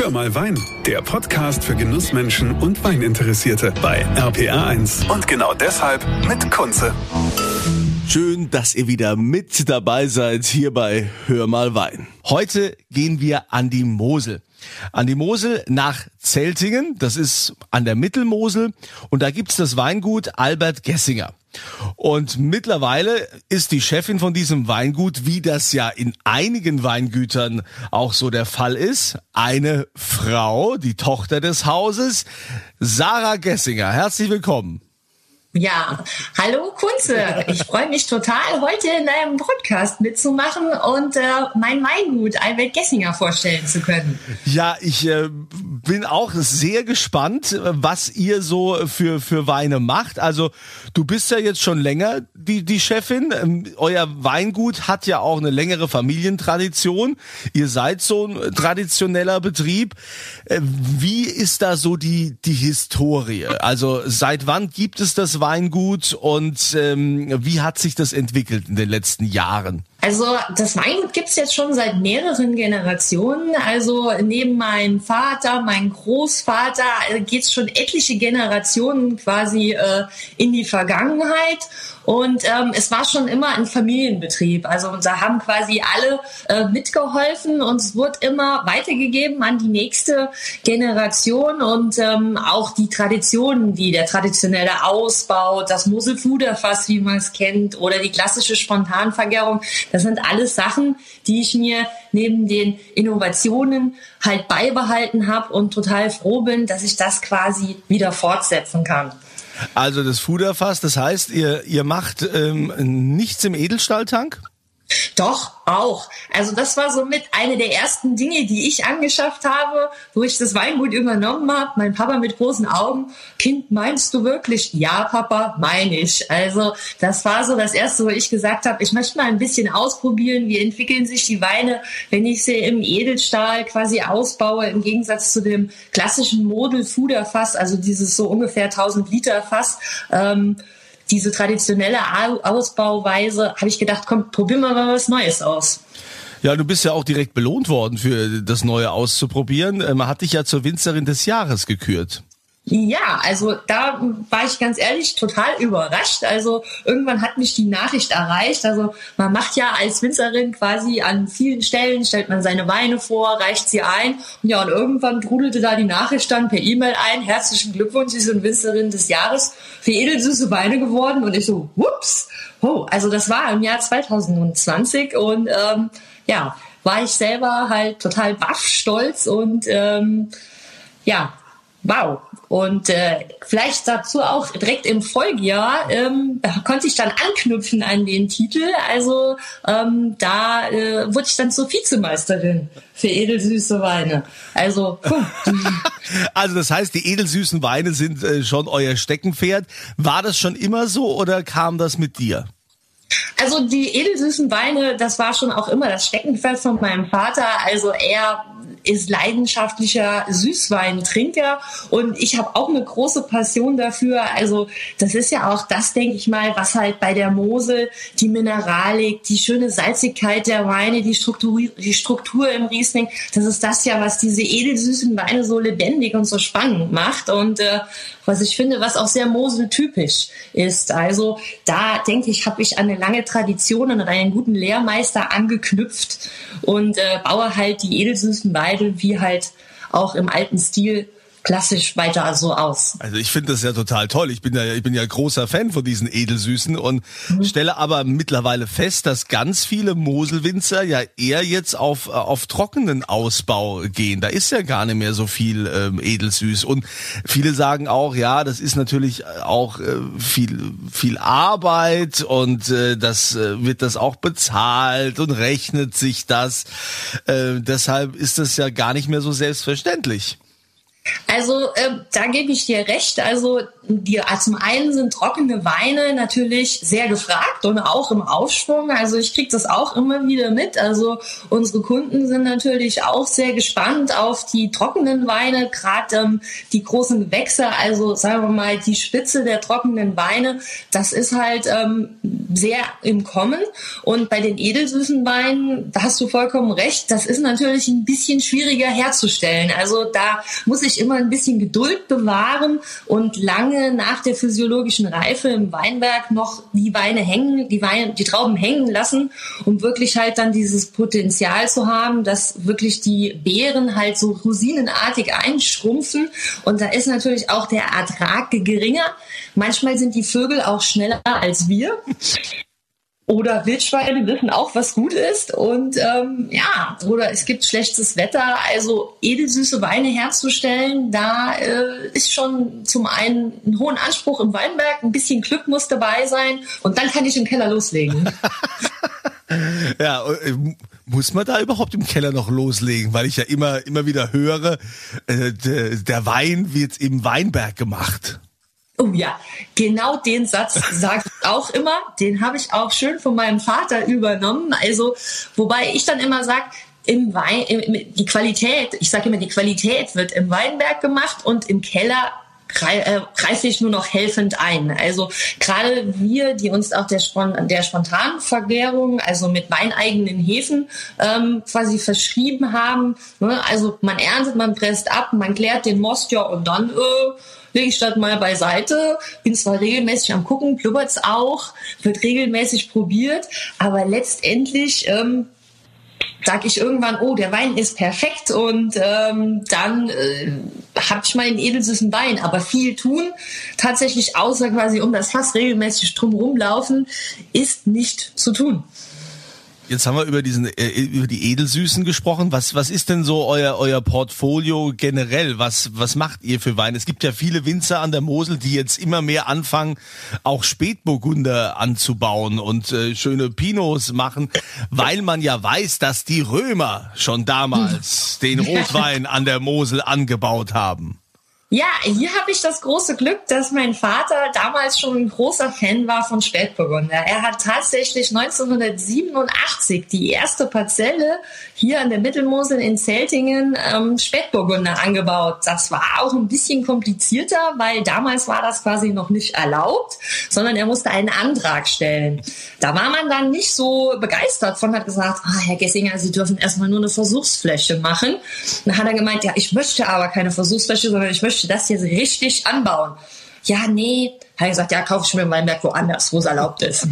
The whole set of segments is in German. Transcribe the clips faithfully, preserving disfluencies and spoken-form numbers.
Hör mal Wein, der Podcast für Genussmenschen und Weininteressierte bei R P R eins. Und genau deshalb mit Kunze. Schön, dass ihr wieder mit dabei seid hier bei Hör mal Wein. Heute gehen wir an die Mosel. An die Mosel nach Zeltingen, das ist an der Mittelmosel, und da gibt's das Weingut Albert Gessinger. Und mittlerweile ist die Chefin von diesem Weingut, wie das ja in einigen Weingütern auch so der Fall ist, eine Frau, die Tochter des Hauses, Sarah Gessinger. Herzlich willkommen. Ja, hallo Kunze. Ich freue mich total, heute in einem Podcast mitzumachen und äh, mein Weingut Albert Gessinger vorstellen zu können. Ja, ich äh, bin auch sehr gespannt, was ihr so für für Weine macht. Also du bist ja jetzt schon länger die die Chefin. Ähm, euer Weingut hat ja auch eine längere Familientradition. Ihr seid so ein traditioneller Betrieb. Äh, wie ist da so die die Historie? Also seit wann gibt es das Weingut und ähm, wie hat sich das entwickelt in den letzten Jahren? Also das Weingut gibt's jetzt schon seit mehreren Generationen. Also neben meinem Vater, meinem Großvater äh, geht's schon etliche Generationen quasi äh, in die Vergangenheit. Und ähm, es war schon immer ein Familienbetrieb. Also da haben quasi alle äh, mitgeholfen und es wird immer weitergegeben an die nächste Generation. Und ähm, auch die Traditionen, wie der traditionelle Ausbau, das Moselfuderfass, wie man es kennt, oder die klassische Spontanvergärung, das sind alles Sachen, die ich mir neben den Innovationen halt beibehalten habe und total froh bin, dass ich das quasi wieder fortsetzen kann. Also das Fuderfass, das heißt, ihr ihr macht ähm, nichts im Edelstahltank? Doch, auch. Also das war somit eine der ersten Dinge, die ich angeschafft habe, wo ich das Weingut übernommen habe. Mein Papa mit großen Augen: Kind, meinst du wirklich? Ja, Papa, meine ich. Also das war so das Erste, wo ich gesagt habe, ich möchte mal ein bisschen ausprobieren, wie entwickeln sich die Weine, wenn ich sie im Edelstahl quasi ausbaue, im Gegensatz zu dem klassischen Model-Fuderfass, also dieses so ungefähr tausend Liter Fass. Ähm, Diese traditionelle Ausbauweise, habe ich gedacht, komm, probieren wir mal was Neues aus. Ja, du bist ja auch direkt belohnt worden für das Neue auszuprobieren. Man hat dich ja zur Winzerin des Jahres gekürt. Ja, also da war ich ganz ehrlich total überrascht. Also irgendwann hat mich die Nachricht erreicht. Also man macht ja als Winzerin quasi an vielen Stellen, stellt man seine Weine vor, reicht sie ein. Und ja, und irgendwann trudelte da die Nachricht dann per E-Mail ein: Herzlichen Glückwunsch, Sie sind Winzerin des Jahres für edelsüße Weine geworden. Und ich so, whoops, oh, also das war im Jahr zwanzig zwanzig und ähm, ja, war ich selber halt total baff stolz und ähm, ja, wow. Und äh, vielleicht dazu auch direkt im Folgejahr ähm, konnte ich dann anknüpfen an den Titel. Also ähm, da äh, wurde ich dann zur Vizemeisterin für edelsüße Weine. Also puh. Also das heißt, die edelsüßen Weine sind äh, schon euer Steckenpferd. War das schon immer so oder kam das mit dir? Also die edelsüßen Weine, das war schon auch immer das Steckenpferd von meinem Vater. Also er ist leidenschaftlicher Süßweintrinker und ich habe auch eine große Passion dafür. Also das ist ja auch das, denke ich mal, was halt bei der Mosel die Mineralik, die schöne Salzigkeit der Weine, die Struktur, die Struktur im Riesling, das ist das ja, was diese edelsüßen Weine so lebendig und so spannend macht und äh, was ich finde, was auch sehr moseltypisch ist. Also da denke ich, habe ich an eine lange Tradition und an einen guten Lehrmeister angeknüpft und äh, baue halt die edelsüßen Weine wie halt auch im alten Stil klassisch weiter so aus. Also ich finde das ja total toll. Ich bin ja, ich bin ja großer Fan von diesen Edelsüßen und mhm. stelle aber mittlerweile fest, dass ganz viele Moselwinzer ja eher jetzt auf auf trockenen Ausbau gehen. Da ist ja gar nicht mehr so viel ähm, Edelsüß und viele sagen auch, ja, das ist natürlich auch äh, viel viel Arbeit und äh, das äh, wird das auch bezahlt und rechnet sich das. Äh, deshalb ist das ja gar nicht mehr so selbstverständlich. Also äh, da gebe ich dir recht. Also die, zum einen sind trockene Weine natürlich sehr gefragt und auch im Aufschwung. Also ich kriege das auch immer wieder mit. Also unsere Kunden sind natürlich auch sehr gespannt auf die trockenen Weine, gerade ähm, die großen Gewächse. Also sagen wir mal die Spitze der trockenen Weine. Das ist halt ähm, sehr im Kommen. Und bei den edelsüßen Weinen, da hast du vollkommen recht. Das ist natürlich ein bisschen schwieriger herzustellen. Also da muss ich immer ein bisschen Geduld bewahren und lange nach der physiologischen Reife im Weinberg noch die Weine hängen, die Weine, die Trauben hängen lassen, um wirklich halt dann dieses Potenzial zu haben, dass wirklich die Beeren halt so rosinenartig einschrumpfen. Und da ist natürlich auch der Ertrag geringer. Manchmal sind die Vögel auch schneller als wir. Oder Wildschweine wissen auch, was gut ist. Und ähm, ja, oder es gibt schlechtes Wetter. Also edelsüße Weine herzustellen, da äh, ist schon zum einen ein hohen Anspruch im Weinberg, ein bisschen Glück muss dabei sein. Und dann kann ich im Keller loslegen. Ja, muss man da überhaupt im Keller noch loslegen? Weil ich ja immer, immer wieder höre, äh, der Wein wird im Weinberg gemacht. Oh ja, genau den Satz sage ich auch immer. Den habe ich auch schön von meinem Vater übernommen. Also, wobei ich dann immer sage, im Wein, im, die Qualität, ich sage immer, die Qualität wird im Weinberg gemacht und im Keller greife ich nur noch helfend ein. Also gerade wir, die uns auch der, Spon- der spontanen Vergärung, also mit weineigenen Hefen ähm, quasi verschrieben haben. Ne? Also man erntet, man presst ab, man klärt den Most, ja, und dann äh, lege ich das mal beiseite. Bin zwar regelmäßig am Gucken, blubbert's auch, wird regelmäßig probiert, aber letztendlich ähm, sag ich irgendwann, oh, der Wein ist perfekt und ähm, dann äh, habe ich mal einen edelsüßen Wein. Aber viel tun, tatsächlich außer quasi um das Fass regelmäßig drum rumlaufen, ist nicht zu tun. Jetzt haben wir über diesen äh, über die Edelsüßen gesprochen. Was was ist denn so euer euer Portfolio generell? Was was macht ihr für Wein? Es gibt ja viele Winzer an der Mosel, die jetzt immer mehr anfangen, auch Spätburgunder anzubauen und äh, schöne Pinots machen, weil man ja weiß, dass die Römer schon damals den Rotwein an der Mosel angebaut haben. Ja, hier habe ich das große Glück, dass mein Vater damals schon ein großer Fan war von Spätburgunder. Er hat tatsächlich neunzehnhundertsiebenundachtzig die erste Parzelle hier an der Mittelmosel in Zeltingen ähm, Spätburgunder angebaut. Das war auch ein bisschen komplizierter, weil damals war das quasi noch nicht erlaubt, sondern er musste einen Antrag stellen. Da war man dann nicht so begeistert von, hat gesagt, ah, Herr Gessinger, Sie dürfen erstmal nur eine Versuchsfläche machen. Dann hat er gemeint, ja, ich möchte aber keine Versuchsfläche, sondern ich möchte das jetzt richtig anbauen. Ja, nee. Hat er gesagt, ja, kaufe ich mir einen Weinberg woanders, wo es erlaubt ist.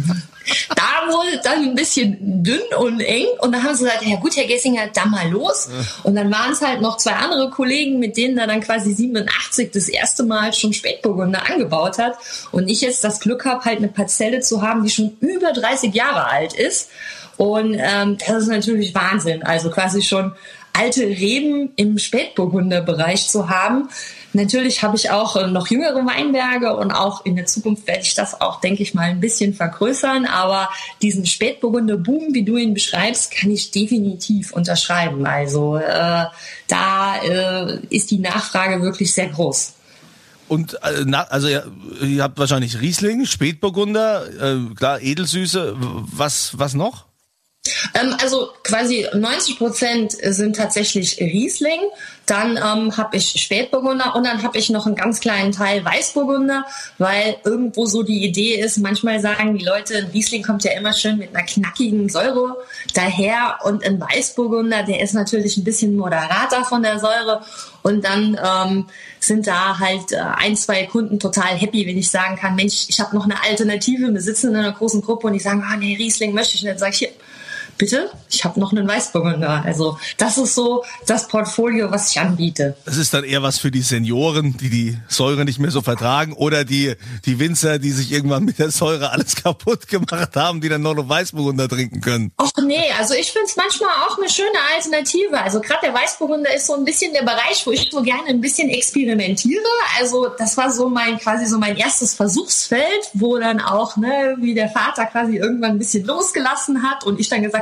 Da wurde dann ein bisschen dünn und eng und dann haben sie gesagt, ja gut, Herr Gessinger, dann mal los. Und dann waren es halt noch zwei andere Kollegen, mit denen er dann quasi siebenundachtzig das erste Mal schon Spätburgunder angebaut hat. Und ich jetzt das Glück habe, halt eine Parzelle zu haben, die schon über dreißig Jahre alt ist. Und ähm, das ist natürlich Wahnsinn. Also quasi schon alte Reben im Spätburgunder-Bereich zu haben. Natürlich habe ich auch noch jüngere Weinberge und auch in der Zukunft werde ich das auch, denke ich mal, ein bisschen vergrößern. Aber diesen Spätburgunder-Boom, wie du ihn beschreibst, kann ich definitiv unterschreiben. Also äh, da äh, ist die Nachfrage wirklich sehr groß. Und äh, na, also ihr, ihr habt wahrscheinlich Riesling, Spätburgunder, äh, klar, Edelsüße. Was, was noch? Ähm, also quasi neunzig Prozent sind tatsächlich Riesling, dann ähm, habe ich Spätburgunder und dann habe ich noch einen ganz kleinen Teil Weißburgunder, weil irgendwo so die Idee ist, manchmal sagen die Leute, ein Riesling kommt ja immer schön mit einer knackigen Säure daher und ein Weißburgunder, der ist natürlich ein bisschen moderater von der Säure und dann ähm, sind da halt äh, ein, zwei Kunden total happy, wenn ich sagen kann, Mensch, ich habe noch eine Alternative, wir sitzen in einer großen Gruppe und die sagen, ah nee, Riesling möchte ich nicht, dann sage ich, hier, bitte, ich habe noch einen Weißburgunder. Also das ist so das Portfolio, was ich anbiete. Das ist dann eher was für die Senioren, die die Säure nicht mehr so vertragen oder die die Winzer, die sich irgendwann mit der Säure alles kaputt gemacht haben, die dann noch einen Weißburgunder trinken können. Och nee, also ich finde es manchmal auch eine schöne Alternative. Also gerade der Weißburgunder ist so ein bisschen der Bereich, wo ich so gerne ein bisschen experimentiere. Also das war so mein quasi so mein erstes Versuchsfeld, wo dann auch, ne, wie der Vater quasi irgendwann ein bisschen losgelassen hat und ich dann gesagt habe,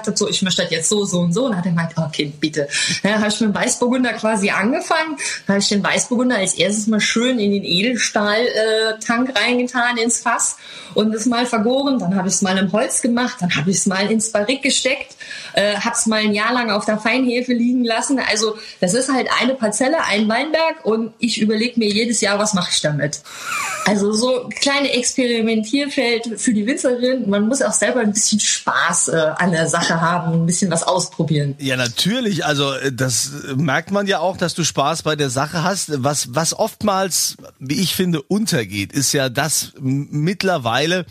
habe, so, ich möchte das jetzt so, so und so. Und dann hat er gemeint, oh Kind, bitte. Ja, dann habe ich mit dem Weißburgunder quasi angefangen. Dann habe ich den Weißburgunder als erstes mal schön in den Edelstahl-Tank reingetan, ins Fass und das mal vergoren. Dann habe ich es mal im Holz gemacht, dann habe ich es mal ins Barrique gesteckt, äh, habe es mal ein Jahr lang auf der Feinhefe liegen lassen. Also das ist halt eine Parzelle, ein Weinberg und ich überlege mir jedes Jahr, was mache ich damit. Also so kleine Experimentierfeld für die Winzerin. Man muss auch selber ein bisschen Spaß äh, an der Sache haben und ein bisschen was ausprobieren. Ja, natürlich. Also das merkt man ja auch, dass du Spaß bei der Sache hast. Was, was oftmals, wie ich finde, untergeht, ist ja, dass mittlerweile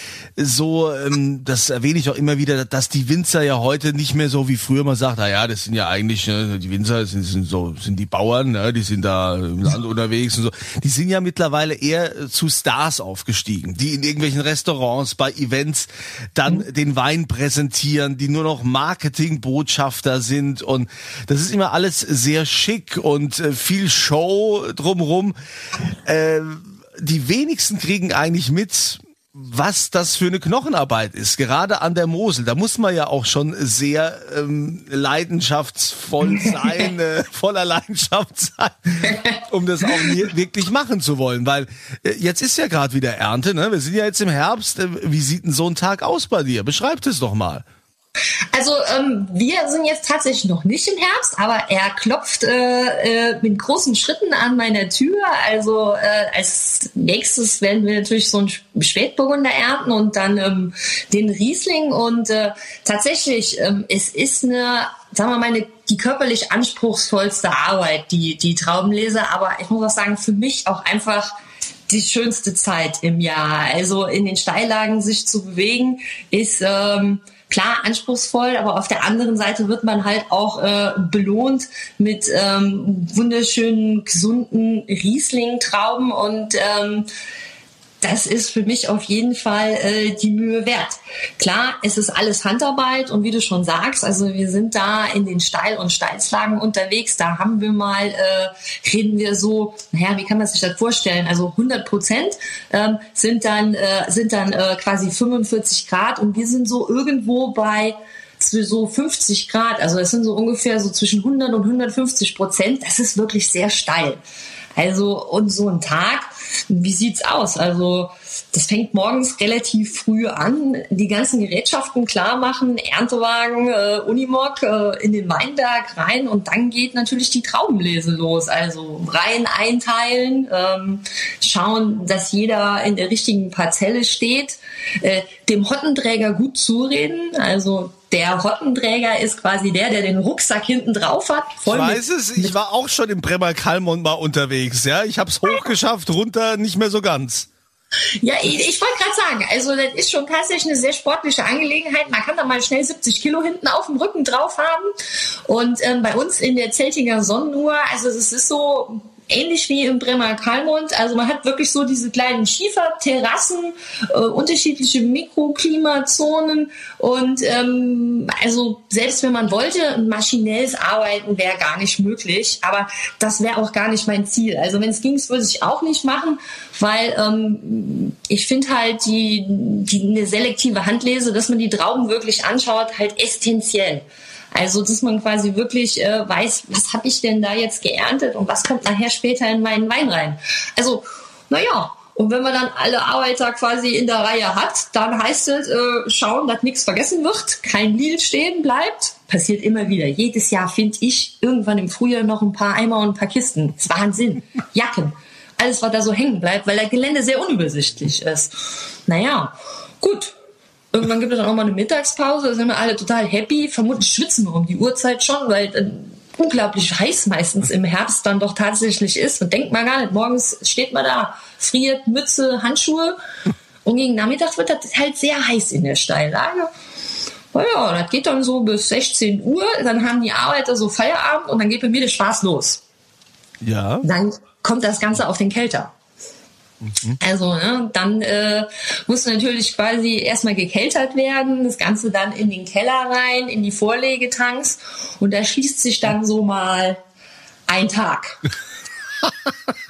so, ähm, das erwähne ich auch immer wieder, dass die Winzer ja heute nicht mehr so wie früher man sagt, na ja, das sind ja eigentlich, ne, die Winzer sind, sind so, sind die Bauern, ne, die sind da im Land unterwegs und so. Die sind ja mittlerweile eher zu Stars aufgestiegen, die in irgendwelchen Restaurants, bei Events dann mhm. den Wein präsentieren, die nur noch Marketingbotschafter sind und das ist immer alles sehr schick und äh, viel Show drumherum. Äh, die wenigsten kriegen eigentlich mit, was das für eine Knochenarbeit ist, gerade an der Mosel. Da muss man ja auch schon sehr ähm, leidenschaftsvoll sein, äh, voller Leidenschaft sein, um das auch nie, wirklich machen zu wollen. Weil äh, jetzt ist ja gerade wieder Ernte, ne? Wir sind ja jetzt im Herbst. Äh, wie sieht denn so ein Tag aus bei dir? Beschreib es doch mal. Also ähm, wir sind jetzt tatsächlich noch nicht im Herbst, aber er klopft äh, äh, mit großen Schritten an meiner Tür. Also äh, als nächstes werden wir natürlich so einen Spätburgunder ernten und dann ähm, den Riesling. Und äh, tatsächlich, ähm, es ist eine, sagen wir mal, eine, die körperlich anspruchsvollste Arbeit, die, die Traubenlese. Aber ich muss auch sagen, für mich auch einfach die schönste Zeit im Jahr. Also in den Steillagen sich zu bewegen ist ähm, klar anspruchsvoll, aber auf der anderen Seite wird man halt auch äh, belohnt mit ähm, wunderschönen, gesunden Riesling-Trauben und ähm, das ist für mich auf jeden Fall äh, die Mühe wert. Klar, es ist alles Handarbeit und wie du schon sagst, also wir sind da in den Steil- und Steilslagen unterwegs. Da haben wir mal, äh, reden wir so, naja, wie kann man sich das vorstellen? Also hundert Prozent ähm, sind dann äh, sind dann äh, quasi fünfundvierzig Grad und wir sind so irgendwo bei so fünfzig Grad. Also das sind so ungefähr so zwischen hundert und hundertfünfzig Prozent. Das ist wirklich sehr steil. Also und so ein Tag, wie sieht's aus? Also das fängt morgens relativ früh an, die ganzen Gerätschaften klar machen, Erntewagen, äh, Unimog äh, in den Weinberg rein und dann geht natürlich die Traubenlese los. Also Reihen einteilen, ähm, schauen, dass jeder in der richtigen Parzelle steht, äh, dem Hottenträger gut zureden, also der Hottenträger ist quasi der, der den Rucksack hinten drauf hat. Voll ich weiß es, ich war auch schon im Bremmer Kalmont mal unterwegs. Ja, ich habe es hochgeschafft, runter nicht mehr so ganz. Ja, ich, ich wollte gerade sagen, also das ist schon tatsächlich eine sehr sportliche Angelegenheit. Man kann da mal schnell siebzig Kilo hinten auf dem Rücken drauf haben. Und ähm, bei uns in der Zeltinger Sonnenuhr, also es ist so ähnlich wie im Bremmer Kalmont. Also man hat wirklich so diese kleinen Schieferterrassen, äh, unterschiedliche Mikroklimazonen und ähm, also selbst wenn man wollte, ein maschinelles Arbeiten wäre gar nicht möglich, aber das wäre auch gar nicht mein Ziel. Also wenn es ging, würde ich auch nicht machen, weil ähm, ich finde halt die, die eine selektive Handlese, dass man die Trauben wirklich anschaut, halt essentiell. Also, dass man quasi wirklich äh, weiß, was habe ich denn da jetzt geerntet und was kommt nachher später in meinen Wein rein. Also, naja, und wenn man dann alle Arbeiter quasi in der Reihe hat, dann heißt es, äh, schauen, dass nichts vergessen wird, kein Lied stehen bleibt. Passiert immer wieder. Jedes Jahr finde ich irgendwann im Frühjahr noch ein paar Eimer und ein paar Kisten. Das ist Wahnsinn. Jacken. Alles, was da so hängen bleibt, weil das Gelände sehr unübersichtlich ist. Naja, gut. Irgendwann gibt es dann auch mal eine Mittagspause, da sind wir alle total happy. Vermutlich schwitzen wir um die Uhrzeit schon, weil dann unglaublich heiß meistens im Herbst dann doch tatsächlich ist. Und denkt man gar nicht, morgens steht man da, friert, Mütze, Handschuhe. Und gegen Nachmittag wird das halt sehr heiß in der Steillage. Naja, das geht dann so bis sechzehn Uhr. Dann haben die Arbeiter so Feierabend und dann geht bei mir der Spaß los. Ja. Dann kommt das Ganze auf den Kelter. Mhm. Also ne, dann äh, muss natürlich quasi erstmal gekeltert werden, das Ganze dann in den Keller rein, in die Vorlegetanks und da schließt sich dann so mal ein Tag.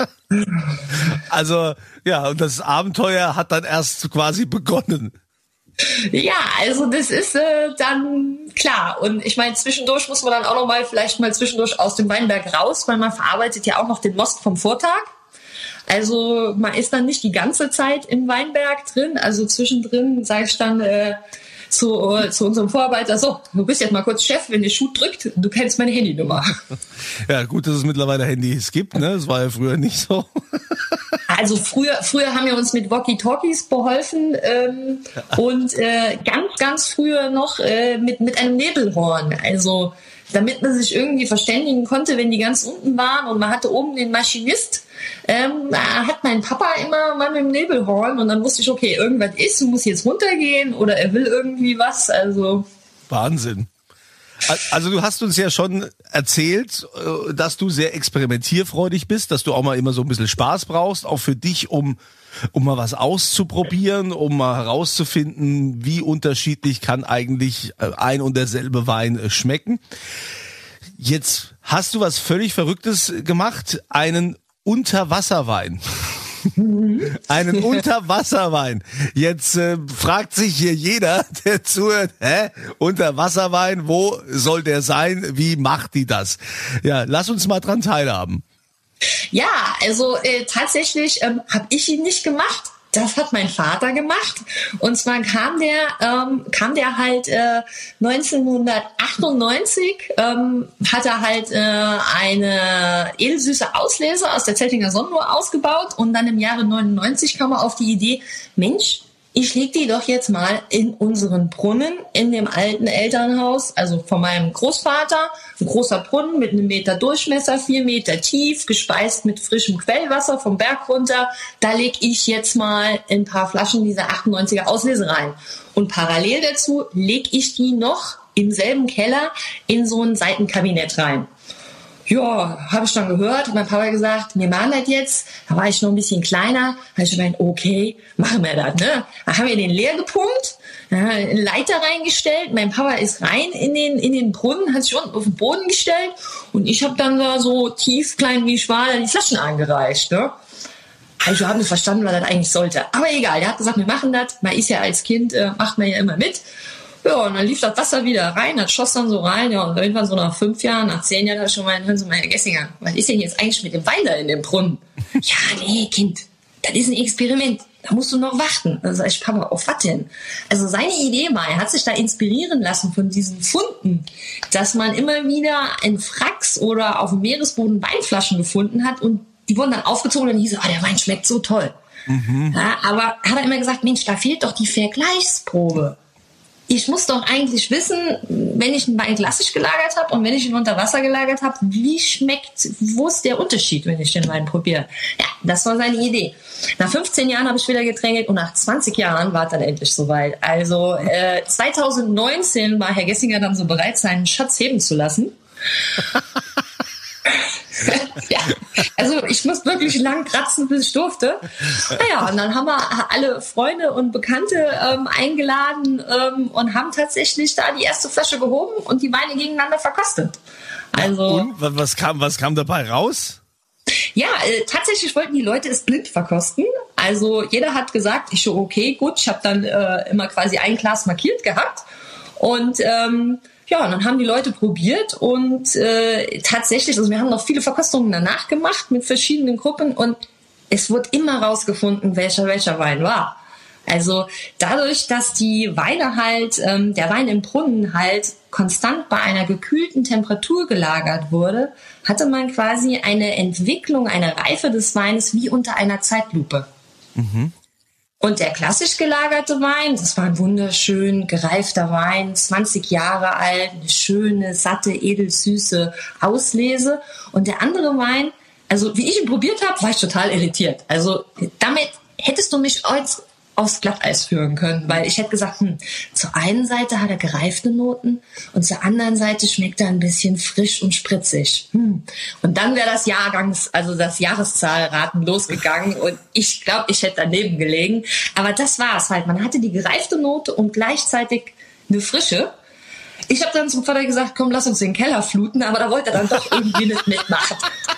Also ja, und das Abenteuer hat dann erst quasi begonnen. Ja, also das ist äh, dann klar. Und ich meine, zwischendurch muss man dann auch noch mal vielleicht mal zwischendurch aus dem Weinberg raus, weil man verarbeitet ja auch noch den Most vom Vortag. Also man ist dann nicht die ganze Zeit im Weinberg drin. Also zwischendrin sage ich dann äh, zu, äh, zu unserem Vorarbeiter, so, du bist jetzt mal kurz Chef, wenn der Schuh drückt, du kennst meine Handynummer. Ja, gut, dass es mittlerweile Handys gibt, ne? Das war ja früher nicht so. Also früher, früher haben wir uns mit Walkie-Talkies beholfen ähm, und äh, ganz, ganz früher noch äh, mit, mit einem Nebelhorn. Also damit man sich irgendwie verständigen konnte, wenn die ganz unten waren und man hatte oben den Maschinist, ähm, da hat mein Papa immer mal mit dem Nebelhorn und dann wusste ich, okay, irgendwas ist, muss jetzt runtergehen oder er will irgendwie was. Also Wahnsinn. Also du hast uns ja schon erzählt, dass du sehr experimentierfreudig bist, dass du auch mal immer so ein bisschen Spaß brauchst, auch für dich, um um mal was auszuprobieren, um mal herauszufinden, wie unterschiedlich kann eigentlich ein und derselbe Wein schmecken. Jetzt hast du was völlig Verrücktes gemacht, einen Unterwasserwein. Einen Unterwasserwein. Jetzt äh, fragt sich hier jeder, der zuhört, hä? Unterwasserwein, wo soll der sein? Wie macht die das? Ja, lass uns mal dran teilhaben. Ja, also äh, tatsächlich ähm, habe ich ihn nicht gemacht. Das hat mein Vater gemacht. Und zwar kam der, ähm, kam der halt äh, neunzehnhundertachtundneunzig, ähm, hat er halt äh, eine edelsüße Auslese aus der Zeltinger Sonnenruhr ausgebaut. Und dann im Jahre neunundneunzig kam er auf die Idee, Mensch, ich leg die doch jetzt mal in unseren Brunnen in dem alten Elternhaus, also von meinem Großvater. Ein großer Brunnen mit einem Meter Durchmesser, vier Meter tief, gespeist mit frischem Quellwasser vom Berg runter. Da leg ich jetzt mal ein paar Flaschen dieser achtundneunziger Auslese rein. Und parallel dazu leg ich die noch im selben Keller in so ein Seitenkabinett rein. Ja, habe ich dann gehört, hat mein Papa gesagt, wir machen das jetzt. Da war ich noch ein bisschen kleiner, habe ich gemeint, okay, machen wir das. Ne? Da haben wir den leer gepumpt, eine Leiter reingestellt. Mein Papa ist rein in den in den Brunnen, hat sich unten auf den Boden gestellt und ich habe dann da so tief, klein wie ich war, die Flaschen angereicht. Ne? Also ich habe nicht verstanden, was das eigentlich sollte. Aber egal, der hat gesagt, wir machen das. Man ist ja als Kind, äh, macht man ja immer mit. Ja, und dann lief das Wasser wieder rein, das schoss dann so rein, ja, und irgendwann so nach fünf Jahren, nach zehn Jahren, da schon mal, hören Sie mal, Herr Gessinger, was ist denn jetzt eigentlich mit dem Wein da in dem Brunnen? Ja, nee, Kind, das ist ein Experiment, da musst du noch warten. Da sag ich, Papa, auf was denn? Also seine Idee war, er hat sich da inspirieren lassen von diesen Funden, dass man immer wieder in Fracks oder auf dem Meeresboden Weinflaschen gefunden hat und die wurden dann aufgezogen und dann hieß es, ah, der Wein schmeckt so toll. Mhm. Ja, aber hat er immer gesagt, Mensch, da fehlt doch die Vergleichsprobe. Ich muss doch eigentlich wissen, wenn ich einen Wein klassisch gelagert habe und wenn ich ihn unter Wasser gelagert habe, wie schmeckt, wo ist der Unterschied, wenn ich den Wein probiere? Ja, das war seine Idee. Nach fünfzehn Jahren habe ich wieder gedrängelt und nach zwanzig Jahren war es dann endlich soweit. Also äh, zweitausendneunzehn war Herr Gessinger dann so bereit, seinen Schatz heben zu lassen. Ja, also ich musste wirklich lang kratzen, bis ich durfte. Naja, und dann haben wir alle Freunde und Bekannte ähm, eingeladen ähm, und haben tatsächlich da die erste Flasche gehoben und die Weine gegeneinander verkostet. Also und was kam, was kam dabei raus? Ja, äh, tatsächlich wollten die Leute es blind verkosten. Also jeder hat gesagt, ich so, okay, gut, ich habe dann äh, immer quasi ein Glas markiert gehabt und ähm, ja, und dann haben die Leute probiert und äh, tatsächlich, also wir haben noch viele Verkostungen danach gemacht mit verschiedenen Gruppen und es wurde immer rausgefunden, welcher welcher Wein war. Also dadurch, dass die Weine halt, ähm, der Wein im Brunnen halt konstant bei einer gekühlten Temperatur gelagert wurde, hatte man quasi eine Entwicklung, eine Reife des Weines wie unter einer Zeitlupe. Mhm. Und der klassisch gelagerte Wein, das war ein wunderschön gereifter Wein, zwanzig Jahre alt, eine schöne, satte, edelsüße Auslese. Und der andere Wein, also wie ich ihn probiert habe, war ich total irritiert. Also damit hättest du mich als aufs Glatteis führen können, weil ich hätte gesagt, hm, zur einen Seite hat er gereifte Noten und zur anderen Seite schmeckt er ein bisschen frisch und spritzig. Hm. Und dann wäre das Jahrgangs, also das Jahreszahlraten losgegangen und ich glaube, ich hätte daneben gelegen. Aber das war es halt. Man hatte die gereifte Note und gleichzeitig eine frische. Ich habe dann zum Vater gesagt, komm, lass uns den Keller fluten, aber da wollte er dann doch irgendwie nicht mitmachen.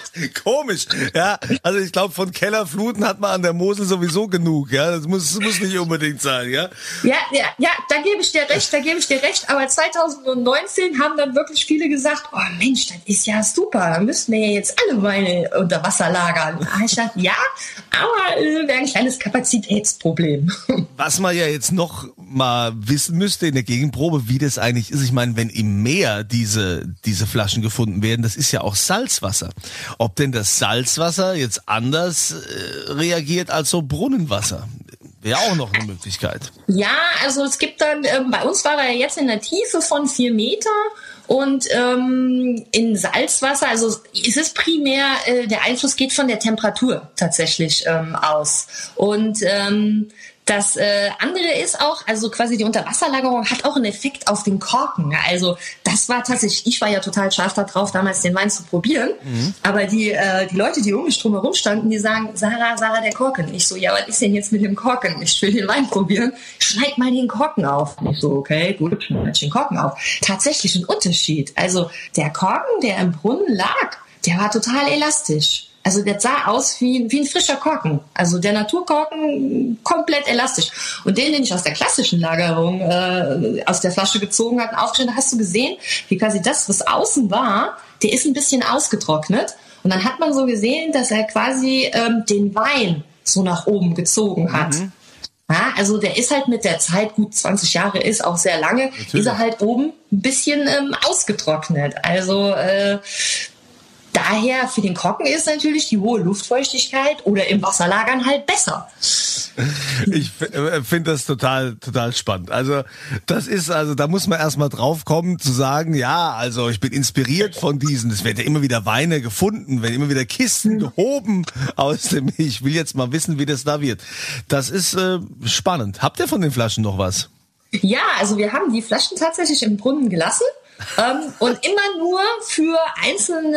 Komisch, ja. Also ich glaube, von Kellerfluten hat man an der Mosel sowieso genug, ja. Das muss, das muss nicht unbedingt sein, ja. Ja, ja, ja, da gebe ich dir recht, da gebe ich dir recht. Aber zwanzig neunzehn haben dann wirklich viele gesagt, oh Mensch, das ist ja super, da müssten wir ja jetzt alle Weine unter Wasser lagern. Da ich dachte, ja, aber äh, wäre ein kleines Kapazitätsproblem. Was man ja jetzt noch mal wissen müsste in der Gegenprobe, wie das eigentlich ist. Ich meine, wenn im Meer diese, diese Flaschen gefunden werden, das ist ja auch Salzwasser. Ob denn das Salzwasser jetzt anders äh, reagiert als so Brunnenwasser? Wäre auch noch eine Möglichkeit. Ja, also es gibt dann, ähm, bei uns war er jetzt in der Tiefe von vier Meter und ähm, in Salzwasser, also es ist primär, äh, der Einfluss geht von der Temperatur tatsächlich ähm, aus. Und ähm, das äh, andere ist auch, also quasi die Unterwasserlagerung hat auch einen Effekt auf den Korken. Also das war tatsächlich, ich war ja total scharf darauf, damals den Wein zu probieren. Mhm. Aber die äh, die Leute, die um mich drum herum standen, die sagen, Sarah, Sarah, der Korken. Ich so, ja, was ist denn jetzt mit dem Korken? Ich will den Wein probieren. Schneid mal den Korken auf. Ich so, okay, gut, schneid den Korken auf. Tatsächlich ein Unterschied. Also der Korken, der im Brunnen lag, der war total elastisch. Also der sah aus wie, wie ein frischer Korken. Also der Naturkorken komplett elastisch. Und den, den ich aus der klassischen Lagerung äh, aus der Flasche gezogen habe und aufgestellt, hast du gesehen, wie quasi das, was außen war, der ist ein bisschen ausgetrocknet. Und dann hat man so gesehen, dass er quasi ähm, den Wein so nach oben gezogen hat. Mhm. Ja, also der ist halt mit der Zeit, gut zwanzig Jahre ist auch sehr lange, natürlich, ist er halt oben ein bisschen ähm, ausgetrocknet. Also äh, daher für den Korken ist natürlich die hohe Luftfeuchtigkeit oder im Wasserlagern halt besser. Ich finde das total, total spannend. Also das ist, also da muss man erstmal drauf kommen zu sagen, ja, also ich bin inspiriert von diesen, es werden ja immer wieder Weine gefunden, werden immer wieder Kisten gehoben aus dem, ich will jetzt mal wissen, wie das da wird. Das ist äh, spannend. Habt ihr von den Flaschen noch was? Ja, also wir haben die Flaschen tatsächlich im Brunnen gelassen. ähm, und immer nur für einzelne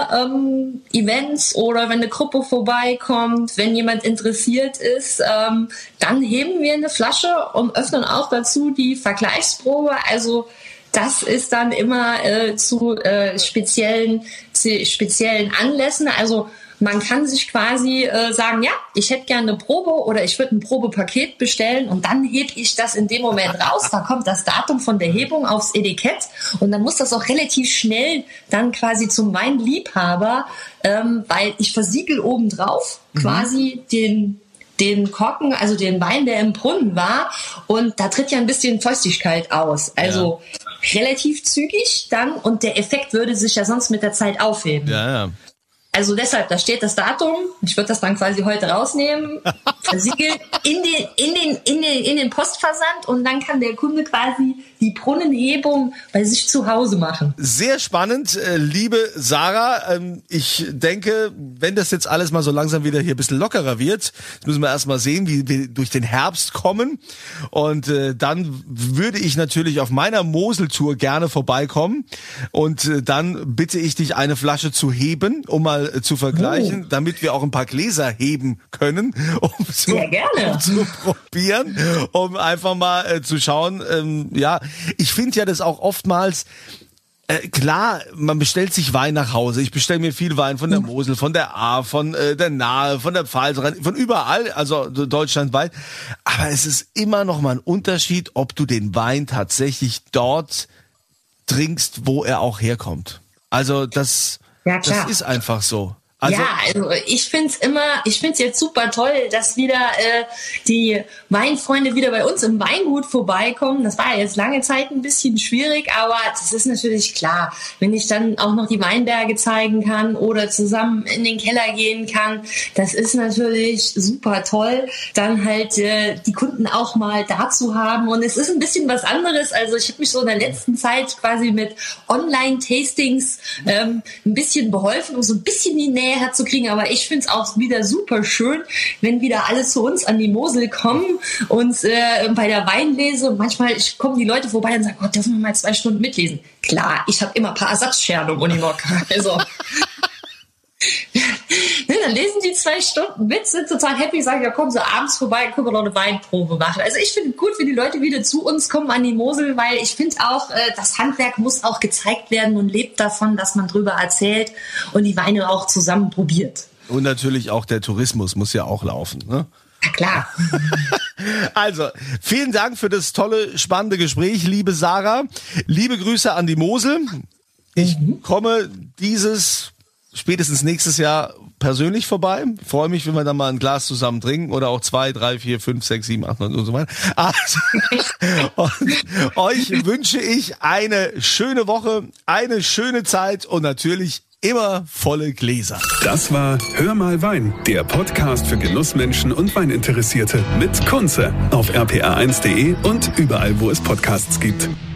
ähm, Events oder wenn eine Gruppe vorbeikommt, wenn jemand interessiert ist, ähm, dann heben wir eine Flasche und öffnen auch dazu die Vergleichsprobe. Also das ist dann immer äh, zu äh, speziellen, zu speziellen Anlässen. Also man kann sich quasi äh, sagen, ja, ich hätte gerne eine Probe oder ich würde ein Probepaket bestellen und dann hebe ich das in dem Moment raus. Da kommt das Datum von der Hebung aufs Etikett und dann muss das auch relativ schnell dann quasi zum Weinliebhaber, ähm, weil ich versiegel obendrauf mhm. quasi den den Korken, also den Wein, der im Brunnen war und da tritt ja ein bisschen Feuchtigkeit aus. Also ja. relativ zügig dann und der Effekt würde sich ja sonst mit der Zeit aufheben. Ja, ja. Also deshalb, da steht das Datum. Ich würde das dann quasi heute rausnehmen, versiegeln in den, in den, in den, in den Postversand und dann kann der Kunde quasi die Brunnenhebung bei sich zu Hause machen. Sehr spannend, liebe Sarah. Ich denke, wenn das jetzt alles mal so langsam wieder hier ein bisschen lockerer wird, müssen wir erst mal sehen, wie wir durch den Herbst kommen. Und dann würde ich natürlich auf meiner Moseltour gerne vorbeikommen. Und dann bitte ich dich, eine Flasche zu heben, um mal zu vergleichen, oh. damit wir auch ein paar Gläser heben können, um zu, Sehr gerne. Um zu probieren, um einfach mal äh, zu schauen. Ähm, ja, ich finde ja das auch oftmals, äh, klar, man bestellt sich Wein nach Hause. Ich bestelle mir viel Wein von der Mosel, von der Ahr, von äh, der Nahe, von der Pfalz, von überall, also deutschlandweit. Aber es ist immer noch mal ein Unterschied, ob du den Wein tatsächlich dort trinkst, wo er auch herkommt. Also das... Ja, klar. Das ist einfach so. Also, ja, also ich find's immer, ich find's jetzt super toll, dass wieder äh, die Weinfreunde wieder bei uns im Weingut vorbeikommen. Das war ja jetzt lange Zeit ein bisschen schwierig, aber das ist natürlich klar, wenn ich dann auch noch die Weinberge zeigen kann oder zusammen in den Keller gehen kann, das ist natürlich super toll, dann halt äh, die Kunden auch mal dazu haben. Und es ist ein bisschen was anderes. Also ich habe mich so in der letzten Zeit quasi mit Online-Tastings ähm, ein bisschen beholfen, um so ein bisschen die Nähe herzukriegen, aber ich finde es auch wieder super schön, wenn wieder alle zu uns an die Mosel kommen und äh, bei der Weinlese, manchmal kommen die Leute vorbei und sagen, oh, dürfen wir mal zwei Stunden mitlesen? Klar, ich habe immer ein paar Ersatzscherben im Unimog. Also dann lesen die zwei Stunden mit, sind total happy, sagen, ja komm, so abends vorbei, können wir noch eine Weinprobe machen. Also ich finde gut, wenn die Leute wieder zu uns kommen an die Mosel, weil ich finde auch, das Handwerk muss auch gezeigt werden und lebt davon, dass man drüber erzählt und die Weine auch zusammen probiert. Und natürlich auch der Tourismus muss ja auch laufen, ne? Ja, klar. Also, vielen Dank für das tolle, spannende Gespräch, liebe Sarah. Liebe Grüße an die Mosel. Ich mhm. komme dieses spätestens nächstes Jahr persönlich vorbei. Freue mich, wenn wir dann mal ein Glas zusammen trinken oder auch zwei, drei, vier, fünf, sechs, sieben, acht, neun und so weiter. Also, und euch wünsche ich eine schöne Woche, eine schöne Zeit und natürlich immer volle Gläser. Das war Hör mal Wein, der Podcast für Genussmenschen und Weininteressierte mit Kunze auf r p r eins punkt d e und überall, wo es Podcasts gibt.